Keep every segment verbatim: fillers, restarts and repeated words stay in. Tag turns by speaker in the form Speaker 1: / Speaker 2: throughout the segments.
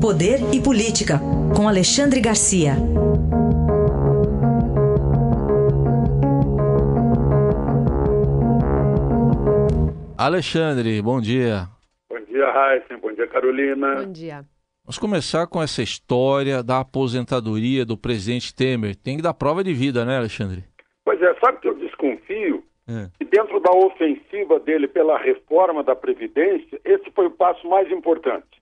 Speaker 1: Poder e Política, com Alexandre Garcia.
Speaker 2: Alexandre, bom dia.
Speaker 3: Bom dia, Raíssa. Bom dia, Carolina.
Speaker 4: Bom dia.
Speaker 2: Vamos começar com essa história da aposentadoria do presidente Temer. Tem que dar prova de vida, né, Alexandre? Pois
Speaker 3: é, sabe que eu desconfio?
Speaker 2: É.
Speaker 3: Que dentro da ofensiva dele pela reforma da Previdência, esse foi o passo mais importante.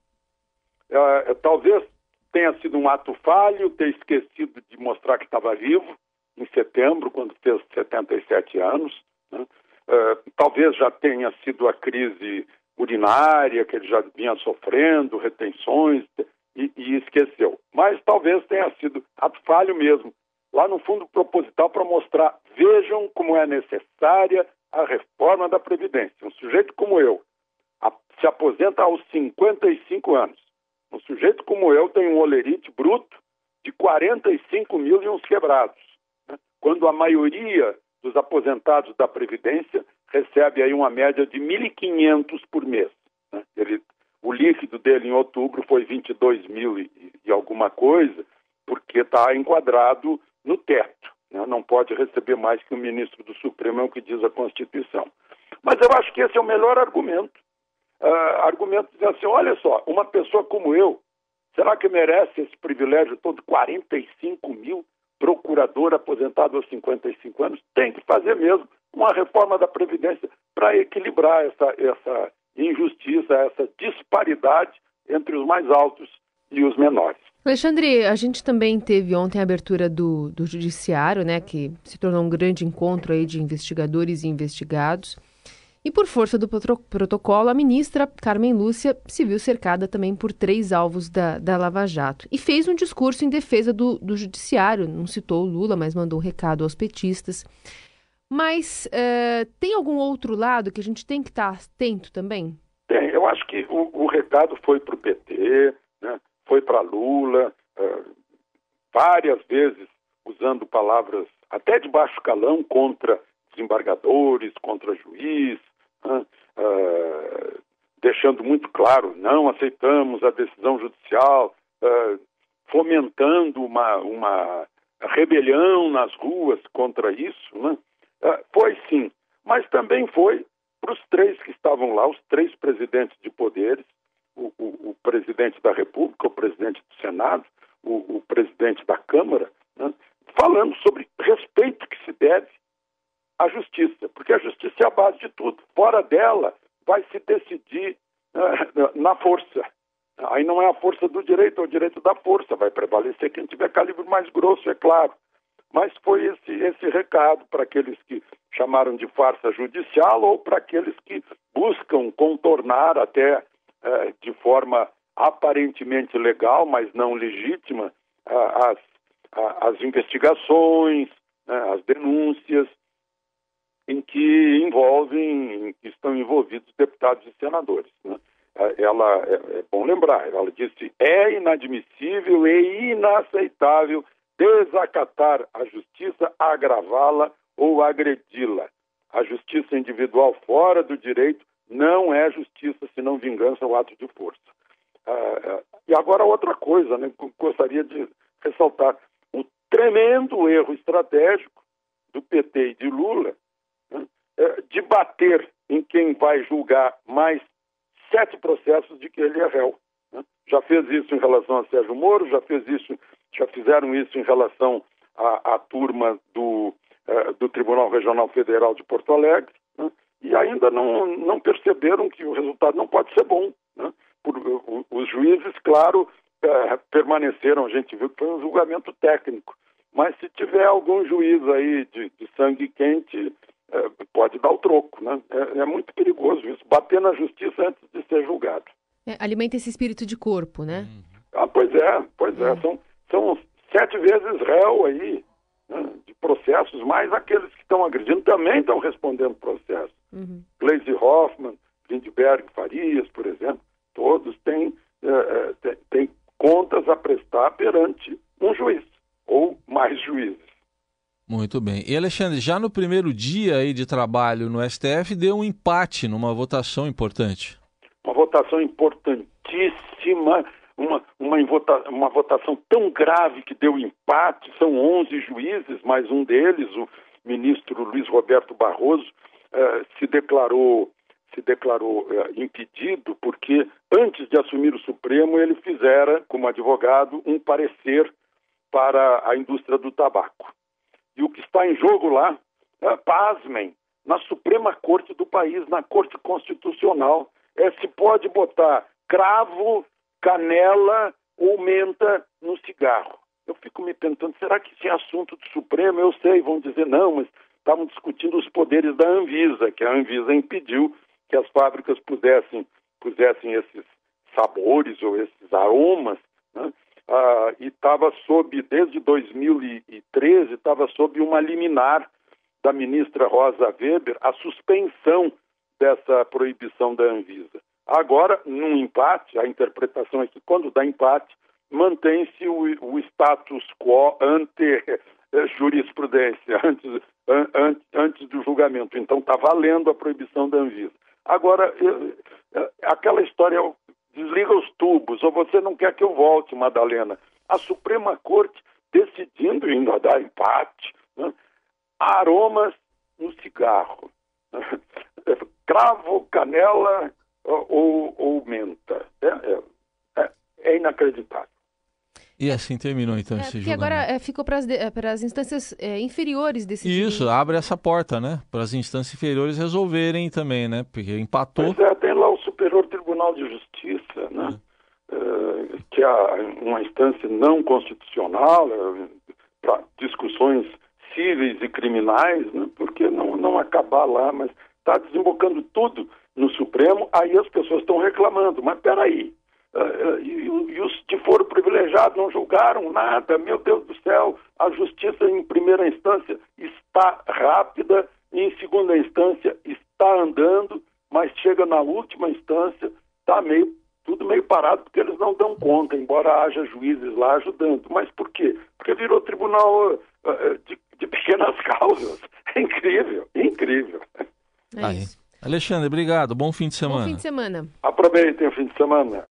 Speaker 3: É, talvez tenha sido um ato falho, ter esquecido de mostrar que estava vivo, em setembro, quando fez setenta e sete anos, né? É, talvez já tenha sido a crise urinária, que ele já vinha sofrendo, retenções, e, e esqueceu. Mas talvez tenha sido ato falho mesmo, lá no fundo proposital, para mostrar, vejam como é necessária a reforma da Previdência. Um sujeito como eu a, se aposenta aos cinquenta e cinco anos. Um sujeito como eu tem um olerite bruto de quarenta e cinco mil e uns quebrados, né? Quando a maioria dos aposentados da Previdência recebe aí uma média de mil e quinhentos por mês, né? Ele, o líquido dele em outubro foi vinte e dois mil e, e alguma coisa, porque está enquadrado no teto, né? Não pode receber mais que o ministro do Supremo, é o que diz a Constituição. Mas eu acho que esse é o melhor argumento. Uh, argumento diz assim, olha só, uma pessoa como eu, será que merece esse privilégio todo, quarenta e cinco mil, procurador aposentado aos cinquenta e cinco anos? Tem que fazer mesmo uma reforma da Previdência para equilibrar essa, essa injustiça, essa disparidade entre os mais altos e os menores.
Speaker 4: Alexandre, a gente também teve ontem a abertura do, do Judiciário, né, que se tornou um grande encontro aí de investigadores e investigados. E por força do protocolo, a ministra Carmen Lúcia se viu cercada também por três alvos da, da Lava Jato. E fez um discurso em defesa do, do judiciário. Não citou o Lula, mas mandou um recado aos petistas. Mas uh, tem algum outro lado que a gente tem que estar atento também?
Speaker 3: Tem. Eu acho que o, o recado foi para o P T, né? Foi para Lula, uh, várias vezes usando palavras até de baixo calão contra desembargadores, contra juiz, né? uh, deixando muito claro, não aceitamos a decisão judicial, uh, fomentando uma, uma rebelião nas ruas contra isso, né? Uh, foi sim, mas também foi para os três que estavam lá, os três presidentes de poderes, o, o, o presidente da República, o presidente do Senado, o, o presidente da Câmara, né? Falando sobre respeito que se deve a justiça, porque a justiça é a base de tudo. Fora dela, vai se decidir uh, na força. Aí não é a força do direito, é o direito da força. Vai prevalecer quem tiver calibre mais grosso, é claro. Mas foi esse, esse recado para aqueles que chamaram de farsa judicial ou para aqueles que buscam contornar até uh, de forma aparentemente legal, mas não legítima, uh, as, uh, as investigações, uh, as denúncias, em que envolvem, em que estão envolvidos deputados e senadores, né? Ela, é, é bom lembrar, ela disse, é inadmissível e inaceitável desacatar a justiça, agravá-la ou agredi-la. A justiça individual fora do direito não é justiça, senão vingança ou ato de força. Ah, e agora outra coisa, né, que eu gostaria de ressaltar, um tremendo erro estratégico do P T e de Lula, de bater em quem vai julgar mais sete processos de que ele é réu, né? Já fez isso em relação a Sérgio Moro, já fez isso, já fizeram isso em relação à, à turma do, uh, do Tribunal Regional Federal de Porto Alegre, né? E ainda não, não perceberam que o resultado não pode ser bom, né? Por, o, os juízes, claro, uh, permaneceram, a gente viu que foi um julgamento técnico, mas se tiver algum juiz aí de, de sangue quente, É, pode dar o troco, né? É, é muito perigoso isso, bater na justiça antes de ser julgado.
Speaker 4: É, alimenta esse espírito de corpo, né?
Speaker 3: Ah, pois é, pois é. é. São, são sete vezes réu aí, né, de processos, mais aqueles que estão agredindo também estão respondendo processo. Uhum. Gleisi Hoffmann, Lindbergh Farias, por exemplo, todos têm, é, têm, têm contas a prestar perante um juiz, ou mais juízes.
Speaker 2: Muito bem. E, Alexandre, já no primeiro dia aí de trabalho no S T F, deu um empate numa votação importante.
Speaker 3: Uma votação importantíssima. uma, uma, vota, uma votação tão grave que deu empate, são onze juízes, mas um deles, o ministro Luiz Roberto Barroso, eh, se declarou, se declarou eh, impedido porque antes de assumir o Supremo ele fizera, como advogado, um parecer para a indústria do tabaco. E o que está em jogo lá, eh, pasmem, na Suprema Corte do país, na Corte Constitucional, é se pode botar cravo, canela ou menta no cigarro. Eu fico me perguntando, será que isso é assunto do Supremo? Eu sei, vão dizer não, mas estavam discutindo os poderes da Anvisa, que a Anvisa impediu que as fábricas pusessem, pusessem esses sabores ou esses aromas, né? Ah, e estava sob, desde dois mil e treze, estava sob uma liminar da ministra Rosa Weber, a suspensão dessa proibição da Anvisa. Agora, num empate, a interpretação é que quando dá empate, mantém-se o, o status quo ante jurisprudência, antes, an, antes do julgamento. Então está valendo a proibição da Anvisa. Agora, aquela história, desliga os tubos, ou você não quer que eu volte, Madalena. A Suprema Corte decidindo ainda dar empate, né? Aromas no cigarro, cravo, canela ou, ou menta. É, é, é inacreditável.
Speaker 2: E assim terminou então
Speaker 4: é,
Speaker 2: esse
Speaker 4: porque
Speaker 2: julgamento.
Speaker 4: Agora é, ficou para as instâncias é, inferiores desse
Speaker 2: Isso, abre essa porta, né? Para as instâncias inferiores resolverem também, né? Porque empatou.
Speaker 3: Pois é, tem lá o Superior Tribunal de Justiça, né? É. É, que é uma instância não constitucional, é, para discussões cíveis e criminais, né? Porque não, não acabar lá, mas está desembocando tudo no Supremo, aí as pessoas estão reclamando, mas peraí, uh, e, e os de foro privilegiado não julgaram nada, meu Deus do céu, a justiça em primeira instância está rápida, em segunda instância está andando, mas chega na última instância, está meio, tudo meio parado, porque eles não dão conta, embora haja juízes lá ajudando. Mas por quê? Porque virou tribunal uh, de de pequenas causas. É incrível, incrível.
Speaker 4: É isso.
Speaker 2: Alexandre, obrigado. Bom fim de semana.
Speaker 4: Bom fim de semana.
Speaker 3: Aproveitem o fim de semana.